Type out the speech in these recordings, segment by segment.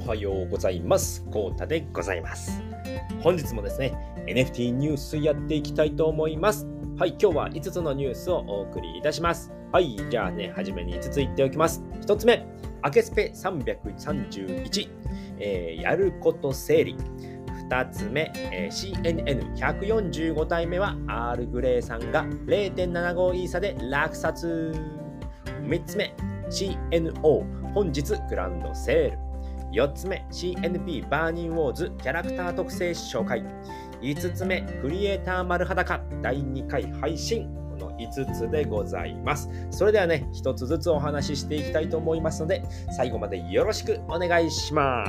はようございます。コウタでございます。本日もですね、NFT ニュースやっていきたいと思います。はい、今日は5つのニュースをお送りいたします。はい、じゃあね、初めに5つ言っておきます。1つ目、アケスペ331、やること整理。2つ目、CNN145 体目はアールグレイさんが 0.75 イーサで落札。3つ目、CNO 本日グランドセール。4つ目、CNP バーニンウォーズキャラクター特性紹介。5つ目、クリエイター丸裸第2回配信。この5つでございます。それではね、1つずつお話ししていきたいと思いますので、最後までよろしくお願いします。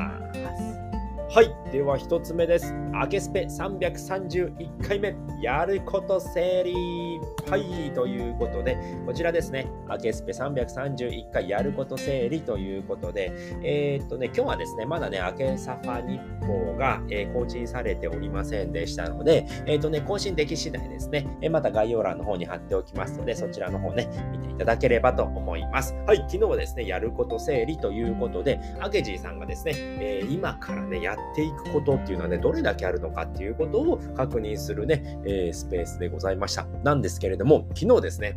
はい、では1つ目です。アケスペ331回目、やること整理。はい、ということで、こちらですね、アケスペ331回やること整理ということで、今日はですね、まだね、アケサファ日報が、更新されておりませんでしたので、更新でき次第ですね、また概要欄の方に貼っておきますので、そちらの方ね、見ていただければと思います。はい、昨日はですね、やること整理ということで、アケジーさんがですね、今からね、やっていくことっていうのはね、どれだけあるのかっていうことを確認するね、スペースでございました。なんですけれども、昨日ですね、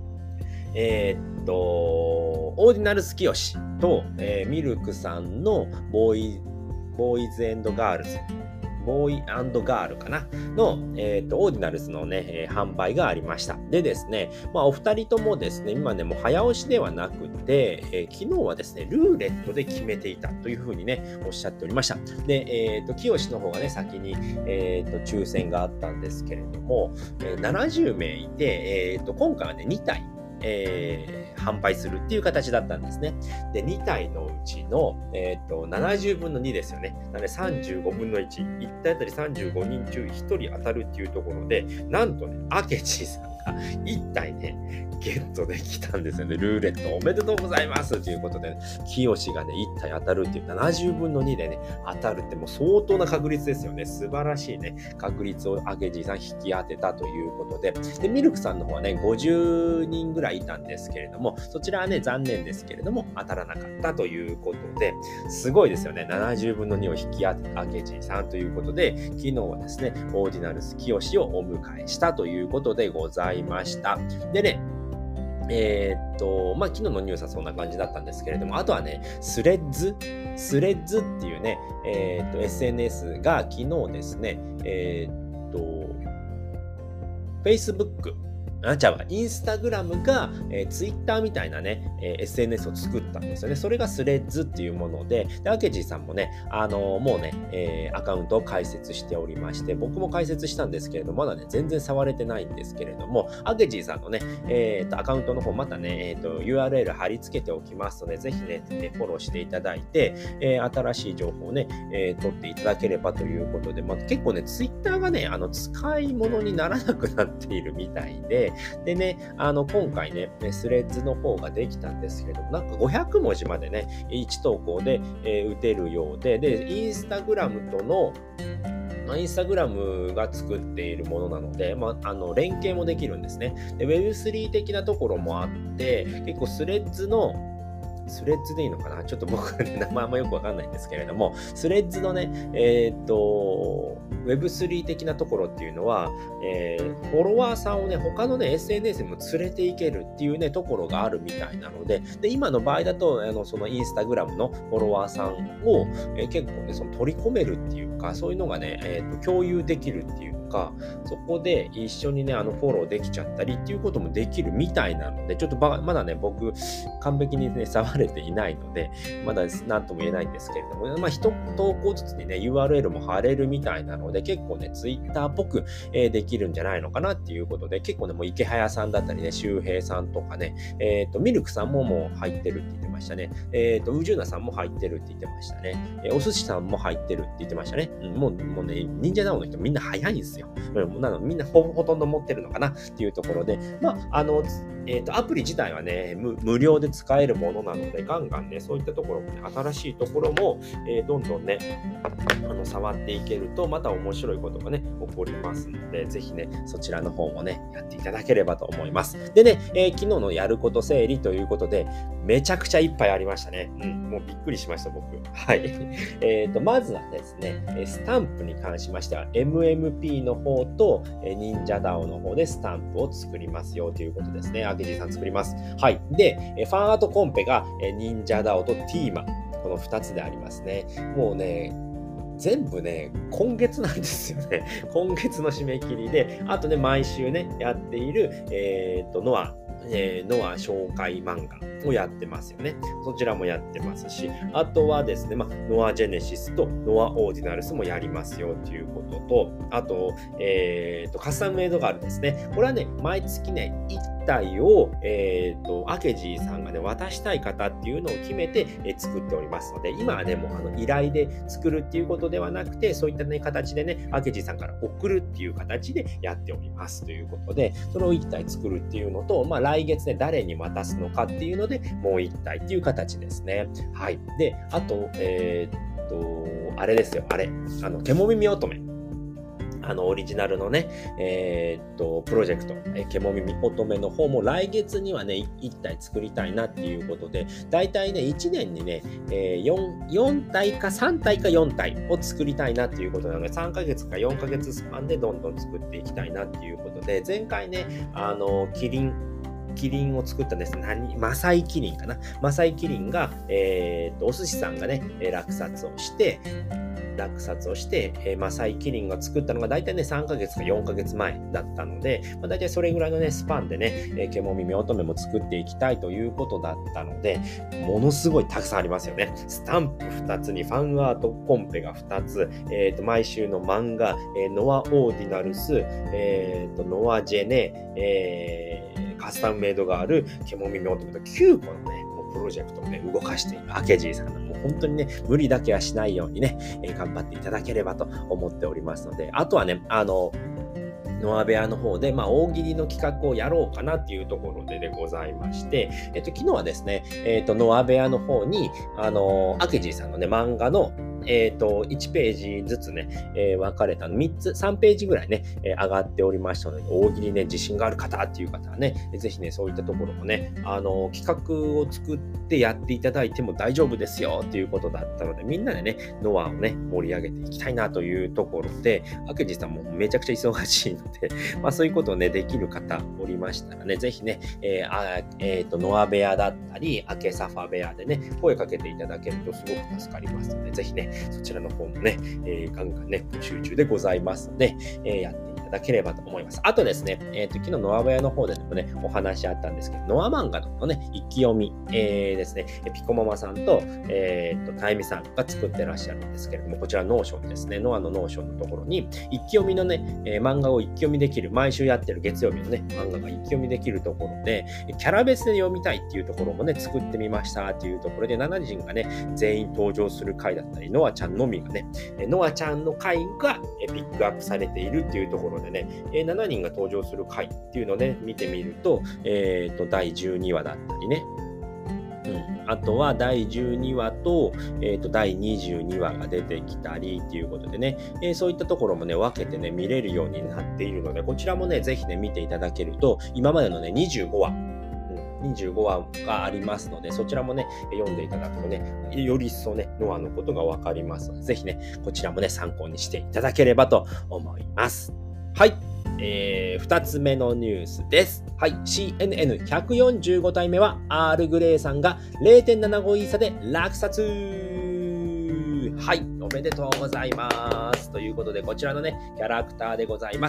オーディナルスキヨシと、ミルクさんのボーイズ&ガールズ、ボーイ&ガールかなの、オーディナルスのね、販売がありました。でですね、お二人ともですね、今ね、もう早押しではなくて、昨日はですね、ルーレットで決めていたというふうにね、おっしゃっておりました。で、清の方がね、先に、抽選があったんですけれども、70名いて、今回はね、2体、販売するっていう形だったんですね。で、2体のうちの、70分の2ですよね。なので35分の1。1体あたり35人中1人当たるっていうところで、なんとね、アケチーさんが1体ね、ゲットできたんですよね。ルーレットおめでとうございますということで、ね、清がね、1体当たるっていう70分の2でね、当たるってもう相当な確率ですよね。素晴らしいね、確率をアケチーさん引き当てたということで、で、ミルクさんの方はね、50人ぐらいいたんですけれども、そちらはね、残念ですけれども、当たらなかったということで、すごいですよね。70分の2を引き当てたアケチーさんということで、昨日はですね、オーディナルス清をお迎えしたということでございました。でね、昨日のニュースはそんな感じだったんですけれども、あとはね、スレッズっていうね、SNS が昨日ですね、Facebook、インスタグラムが、ツイッターみたいなね、SNS を作ったんですよね。それがスレッズっていうもので、アケジーさんもね、もうね、アカウントを開設しておりまして、僕も開設したんですけれども、まだね、全然触れてないんですけれども、アケジーさんのね、アカウントの方、またね、URL 貼り付けておきますので、ぜひね、フォローしていただいて、新しい情報をね、取っていただければということで、結構ね、ツイッターがね、使い物にならなくなっているみたいで、でね、今回ね、スレッズの方ができたんですけれども、なんか500文字までね、1投稿で、打てるようで、インスタグラムが作っているものなので、連携もできるんですね。で、Web3 的なところもあって、結構スレッズでいいのかな、ちょっと僕ね、名前あんまよくわかんないんですけれども、スレッズのね、Web3 的なところっていうのは、フォロワーさんをね、他のね、SNS にも連れていけるっていうね、ところがあるみたいなので、今の場合だと、そのインスタグラムのフォロワーさんを、結構ね、その取り込めるっていうか、そういうのがね、共有できるっていうか、そこで一緒にね、フォローできちゃったりっていうこともできるみたいなので、ちょっとまだね、僕、完璧にね、触れていないので、まだ何とも言えないんですけれども、一投稿ずつにね、URL も貼れるみたいなので、結構ね、Twitter っぽく、できるんじゃないのかなっていうことで、結構ね、もう池早さんだったりね、周平さんとかね、ミルクさんももう入ってるって言ってましたね。ウジューナさんも入ってるって言ってましたね。お寿司さんも入ってるって言ってましたね。もうね、忍者ダウンの人みんな早いんですよ。なのみんなほとんど持ってるのかなっていうところで、 アプリ自体はね、無料で使えるものなので、ガンガンね、そういったところもね、新しいところも、どんどんね、触っていけると、また面白いことがね、起こりますので、ぜひね、そちらの方もね、やっていただければと思います。でね、昨日のやること整理ということで、めちゃくちゃいっぱいありましたね。もうびっくりしました、僕。はい。まずはですね、スタンプに関しましては、MMP の方と、忍者 DAO の方でスタンプを作りますよということですね。あけじさん作ります。はい。で、ファンアートコンペが、忍者 DAO と TMA。この2つでありますね。もうね、全部ね、今月なんですよね。今月の締め切りで、あとね、毎週ね、やっている、ノア紹介漫画をやってますよね。そちらもやってますし、あとはですね、ノアジェネシスとノアオーディナルスもやりますよということと、あと、カスタムメイドがあるんですね。これはね、毎月ね、1体を、アケジーさんがね、渡したい方っていうのを決めて、作っておりますので、今はね、もう依頼で作るっていうことではなくて、そういったね、形でね、アケジーさんから送るっていう形でやっておりますということで、それを1体作るっていうのと、来月ね、誰に渡すのかっていうので、もう1体っていう形ですね。はい。で、あと、あれですよ、ケモ耳乙女。オリジナルのね、プロジェクト、ケモ耳乙女の方も来月にはね、1体作りたいなっていうことで、だいたいね、1年にね、4体か3体か4体を作りたいなっていうことなので、3ヶ月か4ヶ月スパンでどんどん作っていきたいなっていうことで、前回ね、キリンを作ったんです。マサイキリンかな。マサイキリンが、お寿司さんがね、落札をして、マサイキリンが作ったのが大体ね、3ヶ月か4ヶ月前だったので、大体それぐらいのね、スパンでね、ケモ耳乙女も作っていきたいということだったので、ものすごいたくさんありますよね。スタンプ2つにファンアートコンペが2つ、毎週の漫画、ノアオーディナルス、ノアジェネ、カスタムメイドがあるケモ耳乙女と9個のね、プロジェクトをね、動かしているアケジーさんのもう本当にね、無理だけはしないようにね、頑張っていただければと思っておりますので、あとはね、ノア部屋の方で、大喜利の企画をやろうかなっていうところでございまして、昨日はですね、ノア部屋の方に、アケジーさんのね、漫画の1ページずつね、分かれた3ページぐらいね、上がっておりましたので、大喜利ね、自信がある方っていう方はね、ぜひね、そういったところもね、企画を作ってやっていただいても大丈夫ですよっていうことだったので、みんなでね、ノアをね、盛り上げていきたいなというところで、アケジさんもめちゃくちゃ忙しいので、そういうことをね、できる方おりましたらね、ぜひね、ノア部屋だったり、アケサファ部屋でね、声かけていただけるとすごく助かりますので、ぜひね、そちらの方もね、ガンガンね、募集中でございますので、やっていただければと思います。あとですね、昨日ノア部屋の方でもね、お話あったんですけど、ノア漫画のね、一気読み、ですね、ピコママさんと、タイミさんが作ってらっしゃるんですけれども、こちらノーションですね、ノアのノーションのところに、一気読みのね、漫画を一気読みできる、毎週やってる月曜日のね、漫画が一気読みできるところで、キャラ別で読みたいっていうところもね、作ってみましたっていうところで、7人がね、全員登場する回だったり、ノアちゃんのみがね、ノアちゃんの回がピックアップされているっていうところでね、7人が登場する回っていうのをね、見てみると、第12話だったりね、あとは第12話と、第22話が出てきたりっていうことでね、そういったところもね、分けてね、見れるようになっているので、こちらもね、ぜひね、見ていただけると、今までのね、25話がありますので、そちらもね、読んでいただくとね、より一層ね、ノアのことがわかりますので、ぜひね、こちらもね、参考にしていただければと思います。はい。2つ目のニュースです。はい。CNN145 体目は、アールグレイさんが 0.75 イーサで落札。はい。おめでとうございます。ということで、こちらのね、キャラクターでございます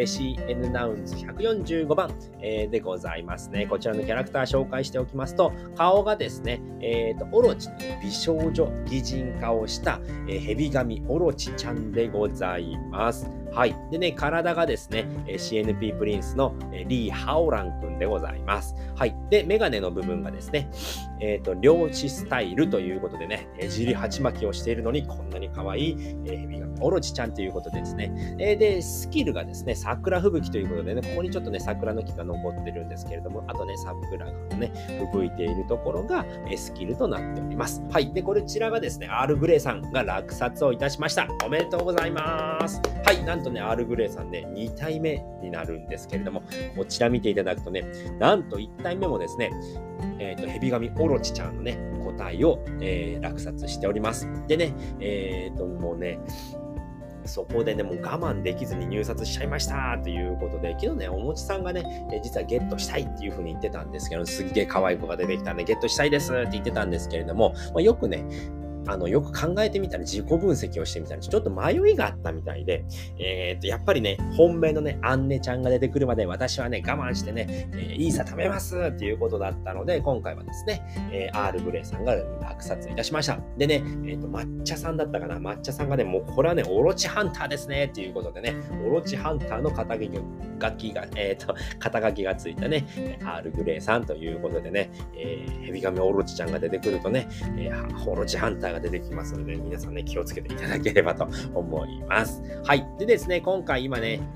。CN ナウンズ145番、でございますね。こちらのキャラクター紹介しておきますと、顔がですね、オロチの美少女擬人化をした、蛇神オロチちゃんでございます。はい。でね、体がですね、CNP プリンスのリー・ハオラン君でございます。はい。で、メガネの部分がですね、漁師スタイルということでね、じり鉢巻きをしているのにこんなにに可愛い、ヘビ神オロチちゃんということでですね、で、スキルがですね、桜吹雪ということでね、ここにちょっとね、桜の木が残ってるんですけれども、あとね、桜がね、吹雪いているところが、スキルとなっております。はい。で、こちらがですね、アールグレイさんが落札をいたしました。おめでとうございます。はい。なんとね、アールグレイさんね、2体目になるんですけれども、こちら見ていただくとね、なんと1体目もですね、ヘビ神オロチちゃんのね、個体を、落札しております。でね、もうね、そこでね、もう我慢できずに入札しちゃいましたということで、昨日ね、おもちさんがね、実はゲットしたいっていう風に言ってたんですけど、すっげえ可愛い子が出てきたんで、ゲットしたいですって言ってたんですけれども、よくね、よく考えてみたら自己分析をしてみたらちょっと迷いがあったみたいで、やっぱりね、本命のね、アンネちゃんが出てくるまで私はね、我慢してね、イーサ食べますっていうことだったので、今回はですね、アールグレイさんが落札いたしました。でね、抹茶さんだったかな、抹茶さんがね、もうこれはね、オロチハンターですねっていうことでね、オロチハンターの肩書きがついたね、アールグレイさんということでね、ヘビ神オロチちゃんが出てくるとね、オロチハンターが出てきますので、皆さんね、気をつけていただければと思います。はい。でですね、今回今ね、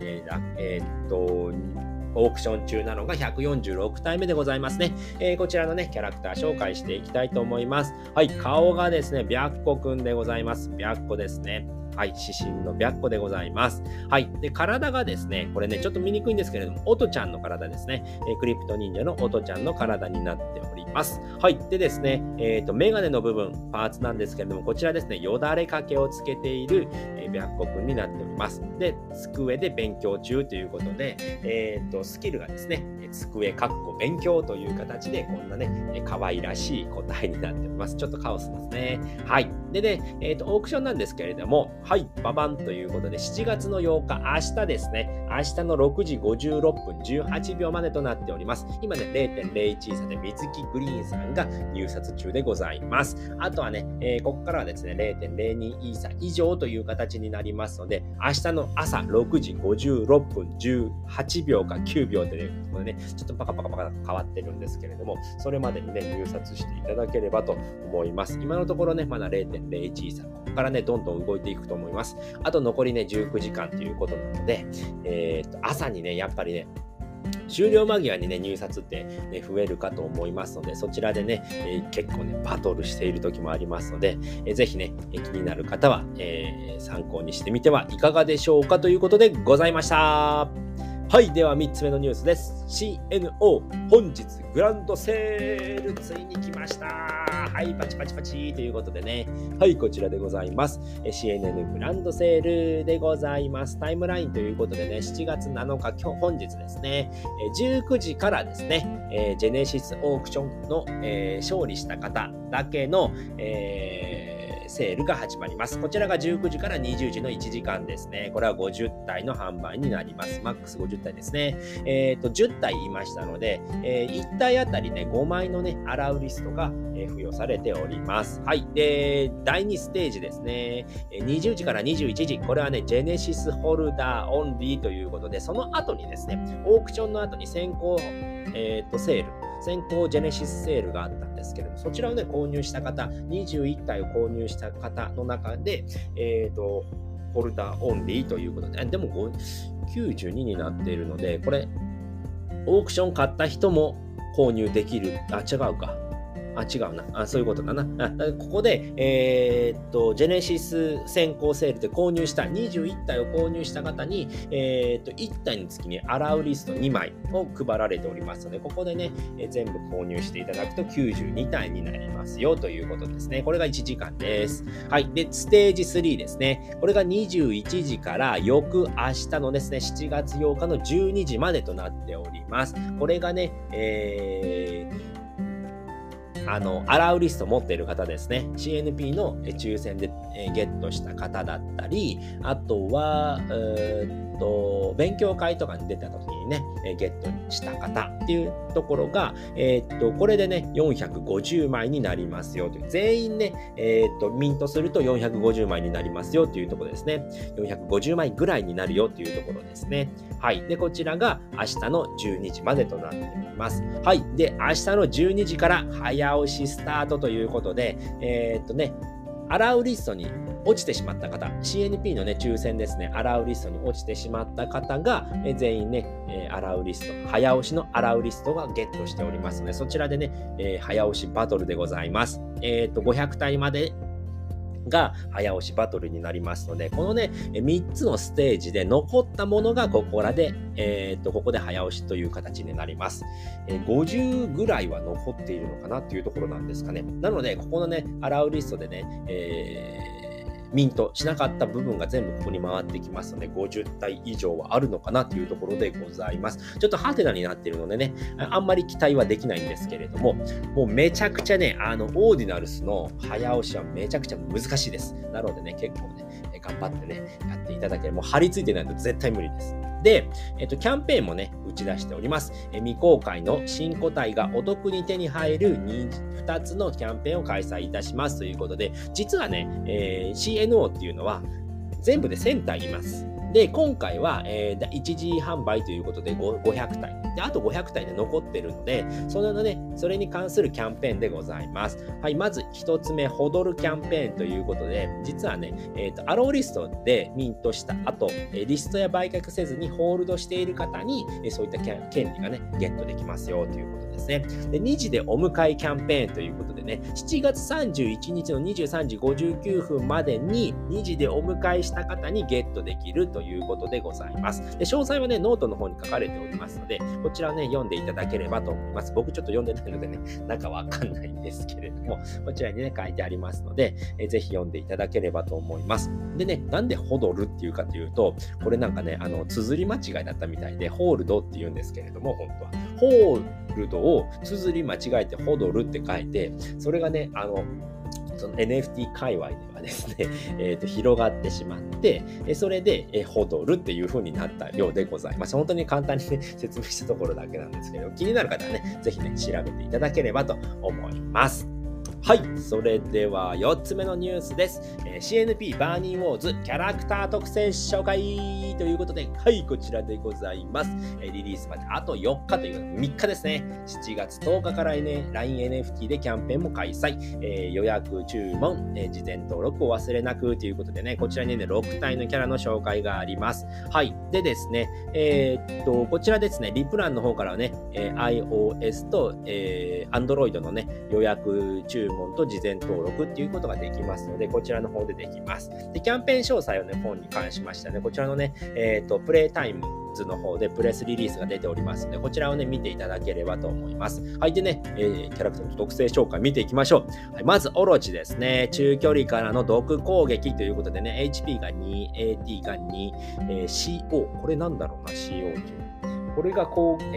オークション中なのが146体目でございますね。こちらのね、キャラクター紹介していきたいと思います。はい。顔がですね、白虎くんでございます。白虎ですね。はい、指針の白虎でございます。はい。で、体がですね、これね、ちょっと見にくいんですけれども、オトちゃんの体ですね。クリプト忍者のオトちゃんの体になっております。はい。でですね、メガネの部分、パーツなんですけれども、こちらですね、よだれかけをつけている、白虎くんになっております。で、机で勉強中ということで、スキルがですね、机勉強という形で、こんなね、可愛らしい個体になっております。ちょっとカオスですね。はい。でね、オークションなんですけれども、はい、ババンということで、7月の8日、明日ですね、明日の6時56分18秒までとなっております。今ね、0.01 差で水木グリーンさんが入札中でございます。あとはね、ここからはですね、0.02 イーサ以上という形になりますので、明日の朝6時56分18秒か9秒ということでね、ちょっとパカ変わってるんですけれども、それまでにね、入札していただければと思います。今のところね、まだ 0.01 イーサ、ここからね、どんどん動いていくと思います。あと残りね、19時間ということなので、朝にね、やっぱりね、終了間際にね、入札って、ね、増えるかと思いますので、そちらでね、結構ね、バトルしている時もありますので、ぜひね、気になる方は、参考にしてみてはいかがでしょうかということでございました。はい。では、3つ目のニュースです。CNO、本日グランドセール、ついに来ました。はい。パチパチパチということでね。はい。こちらでございます。CNN グランドセールでございます。タイムラインということでね、7月7日、本日ですね、19時からですね、ジェネシスオークションの、勝利した方だけの、セールが始まります。こちらが19時から20時の1時間ですね。これは50体の販売になります。マックス50体ですね。10体言いましたので、1体あたりね、5枚のね、アラウリストが、付与されております。はい。で、第2ステージですね。20時から21時。これはね、ジェネシスホルダーオンリーということで、その後にですね、オークションの後に先行、セール。先行ジェネシスセールがあったんですけれども、そちらをね、購入した方、21体を購入した方の中で、ホルダーオンリーということで、でも92になっているので、これ、オークション買った人も購入できる。違うか。違うな。そういうことだな。ここで、ジェネシス先行セールで購入した21体を購入した方に、1体につきにアラウリスト2枚を配られておりますので、ここでね、全部購入していただくと92体になりますよということですね。これが1時間です。はい。で、ステージ3ですね。これが21時から翌明日のですね、7月8日の12時までとなっております。これがね、アラウリスト持っている方ですね。CNP の抽選でゲットした方だったり、あとは、勉強会とかに出た時にね、ゲットした方っていうところが、これでね、450枚になりますよという。全員ね、ミントすると450枚になりますよというところですね。450枚ぐらいになるよというところですね。はい。で、こちらが明日の12時までとなっております。はい。で、明日の12時から早押しスタートということで、アラウリストに落ちてしまった方、CNP のね、抽選ですね、アラウリストに落ちてしまった方が、全員ね、アラウリスト、早押しのアラウリストがゲットしておりますので、そちらでね、早押しバトルでございます。500体までが早押しバトルになりますので、このね、3つのステージで残ったものがここで早押しという形になります。50ぐらいは残っているのかなっていうところなんですかね。なので、ここのね、アラウリストでね、ミントしなかった部分が全部ここに回ってきますので、50体以上はあるのかなというところでございます。ちょっとハテナになっているのでね、あんまり期待はできないんですけれども、もうめちゃくちゃね、オーディナルスの早押しはめちゃくちゃ難しいです。なのでね、結構ね、頑張ってね、やっていただければ、もう張り付いてないと絶対無理です。で、キャンペーンもね、打ち出しております。未公開の新個体がお得に手に入る2つのキャンペーンを開催いたしますということで、実はね、CNO っていうのは全部で1000体います。で、今回は、一時販売ということで500体。で、あと500体で残ってるので、それに関するキャンペーンでございます。はい、まず一つ目、ホドルキャンペーンということで、実はね、アローリストでミントした後、リストや売却せずにホールドしている方に、そういった権利がね、ゲットできますよということですね。で、2時でお迎えキャンペーンということでね、7月31日の23時59分までに2時でお迎えした方にゲットできるということでございます。で、詳細はね、ノートの方に書かれておりますので、こちらをね、読んでいただければと思います。僕ちょっと読んでないのでね、なんかわかんないんですけれども、こちらにね、書いてありますので、ぜひ読んでいただければと思います。でね、なんでホドルっていうかというと、これなんかね、綴り間違いだったみたいで、ホールドって言うんですけれども、本当は。ホールドを綴り間違えてホドルって書いて、それがね、その NFT 界隈ではですね、広がってしまって、それで、ホドルっていう風になったようでございます。本当に簡単にね、説明したところだけなんですけど、気になる方はね、ぜひね、調べていただければと思います。はい。それでは4つ目のニュースです。CNP バーニーウォーズキャラクター特選紹介ということで、はい、こちらでございます。リリースまであと4日ということで、3日ですね。7月10日からね、LINE NFT でキャンペーンも開催。予約注文、事前登録お忘れなくということでね、こちらにね、6体のキャラの紹介があります。はい。でですね、こちらですね、リプランの方からはね、iOS と、Android のね、予約注文と事前登録っていうことができますので、こちらの方でできます。で、キャンペーン詳細をね、本に関しましてはね、こちらのね、プレイタイムズの方でプレスリリースが出ておりますので、こちらをね、見ていただければと思います。はい。でね、キャラクターの特性紹介見ていきましょう。はい、まず、オロチですね。中距離からの毒攻撃ということでね、HP が2、AT が2、CO、これなんだろうな、CO っていう。これが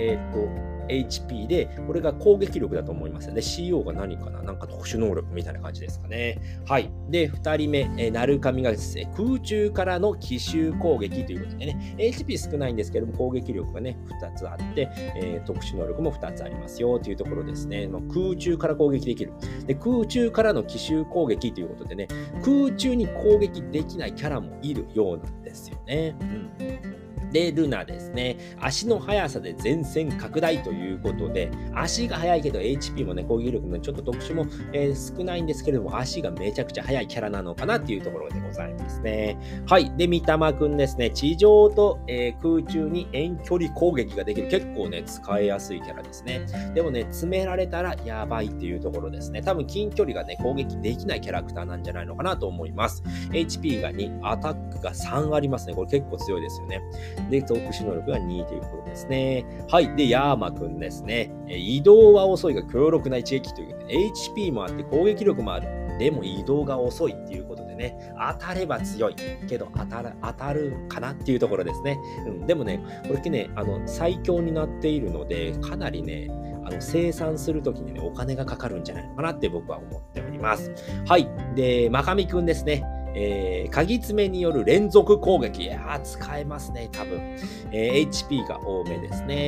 HP で、これが攻撃力だと思いますよね。CO が何かな、なんか特殊能力みたいな感じですかね。はい。で、2人目、ナルカミがですね、空中からの奇襲攻撃ということでね、HP 少ないんですけども、攻撃力がね、2つあって、特殊能力も2つありますよというところですね。空中から攻撃できる。で、空中からの奇襲攻撃ということでね、空中に攻撃できないキャラもいるようなんですよね。で、ルナですね。足の速さで前線拡大ということで、足が速いけど HP もね、攻撃力もね、ちょっと特殊も、少ないんですけれども、足がめちゃくちゃ速いキャラなのかなっていうところでございますね。はい。で、三玉くんですね。地上と、空中に遠距離攻撃ができる。結構ね、使いやすいキャラですね。でもね、詰められたらやばいっていうところですね。多分近距離がね、攻撃できないキャラクターなんじゃないのかなと思います。HP が2、アタックが3ありますね。これ結構強いですよね。で、特殊能力が2ということですね。はい。で、ヤーマくんですね。移動は遅いが強力な一撃ということで、HP もあって攻撃力もある。でも移動が遅いっていうことでね、当たれば強い。けど当たるかなっていうところですね。でもね、これね、最強になっているので、かなりね、生産するときにね、お金がかかるんじゃないのかなって僕は思っております。はい。で、マカミくんですね。鍵爪による連続攻撃。いやー、使えますね、多分。HP が多めですね。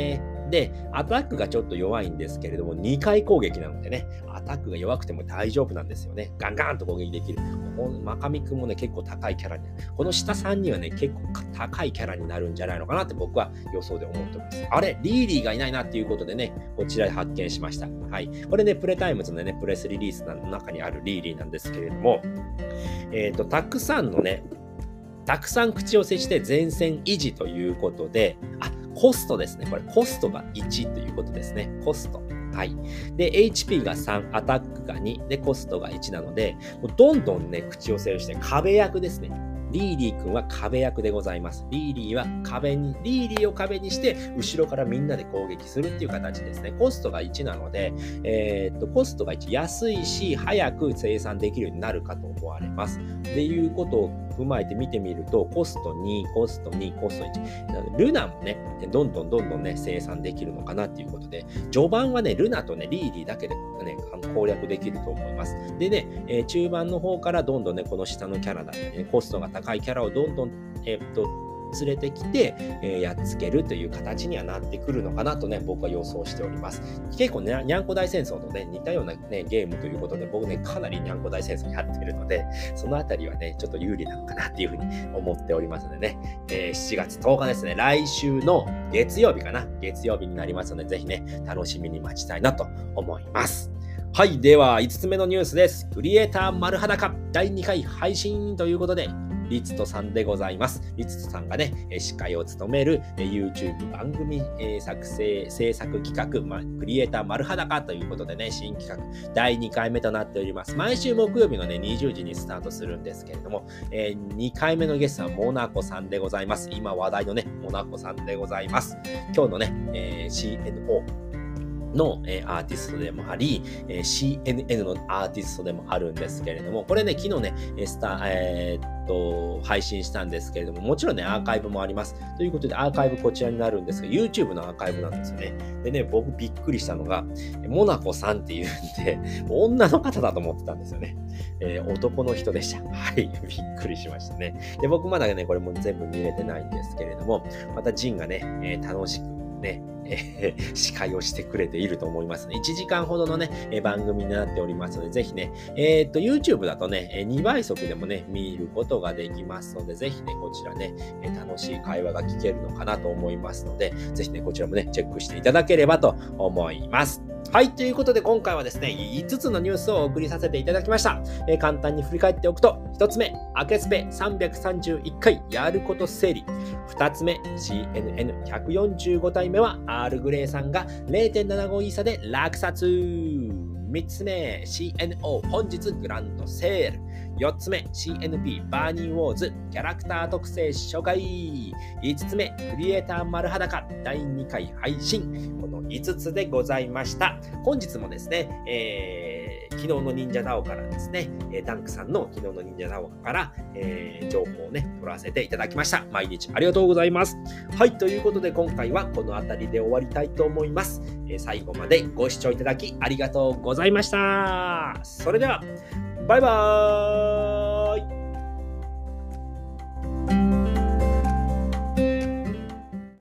で、アタックがちょっと弱いんですけれども、2回攻撃なのでね、アタックが弱くても大丈夫なんですよね。ガンガンと攻撃できる。マカミくんもね、結構高いキャラに、この下3人はね、結構高いキャラになるんじゃないのかなって僕は予想で思っております。あれ、リーリーがいないなっていうことでね、こちらで発見しました。はい。これね、プレタイムズのね、プレスリリースの中にあるリーリーなんですけれども、たくさん口寄せして前線維持ということで、コストですね。これ、コストが1ということですね。コスト。はい。で、HP が3、アタックが2、で、コストが1なので、もうどんどんね、口寄せをして壁役ですね。リーリー君は壁役でございます。リーリーを壁にして、後ろからみんなで攻撃するっていう形ですね。コストが1なので、コストが1、安いし、早く生産できるようになるかと思われます。っていうことを踏まえて見てみると、コスト2、コスト2、コスト1。ルナもね、どんどんね、生産できるのかなっていうことで、序盤はね、ルナとね、リーリーだけでね、攻略できると思います。でね、中盤の方からどんどんね、この下のキャラだったりね、コストが高いキャラをどんどん、連れてきて、やっつけるという形にはなってくるのかなとね、僕は予想しております。結構ね、にゃんこ大戦争とね、似たようなね、ゲームということで、僕ね、かなりにゃんこ大戦争やってるので、そのあたりはね、ちょっと有利なのかなっていうふうに思っておりますのでね、7月10日ですね、来週の月曜日かな、月曜日になりますので、ぜひね、楽しみに待ちたいなと思います。はい。では、5つ目のニュースです。クリエイター丸裸第2回配信ということで、リツトさんでございます。リツトさんがね、司会を務める YouTube 番組制作企画、クリエイター丸裸ということでね、新企画第2回目となっております。毎週木曜日のね、20時にスタートするんですけれども、2回目のゲストはモナコさんでございます。今話題のね、モナコさんでございます。今日のね、CNOのアーティストでもあり、CNN のアーティストでもあるんですけれども、これね、昨日ね、配信したんですけれども、もちろんね、アーカイブもあります。ということで、アーカイブこちらになるんですが、YouTube のアーカイブなんですよね。でね、僕びっくりしたのが、モナコさんっていうんで、女の方だと思ってたんですよね。男の人でした。はい、びっくりしましたね。で、僕まだね、これも全部見れてないんですけれども、またジンがね、楽しくね、司会をしてくれていると思いますね。1時間ほどのね、番組になっておりますので、ぜひね、YouTube だとね、2倍速でもね、見ることができますので、ぜひね、こちらね、楽しい会話が聞けるのかなと思いますので、ぜひね、こちらもね、チェックしていただければと思います。はい。ということで、今回はですね、5つのニュースをお送りさせていただきました。簡単に振り返っておくと、1つ目、明けスペ331回やること整理。2つ目、CNN145 体目は、アールグレイさんが 0.75 イーサで落札。3つ目、CNO 本日グランドセール。4つ目、CNP バーニーウォーズキャラクター特性紹介。5つ目、クリエイター丸裸第2回配信。この5つでございました。本日もですね、昨日の忍者ダオからですね、ダンクさんの昨日の忍者ダオから、情報をね、取らせていただきました。毎日ありがとうございます。はい、ということで今回はこの辺りで終わりたいと思います。最後までご視聴いただきありがとうございました。それでは、バイバーイ。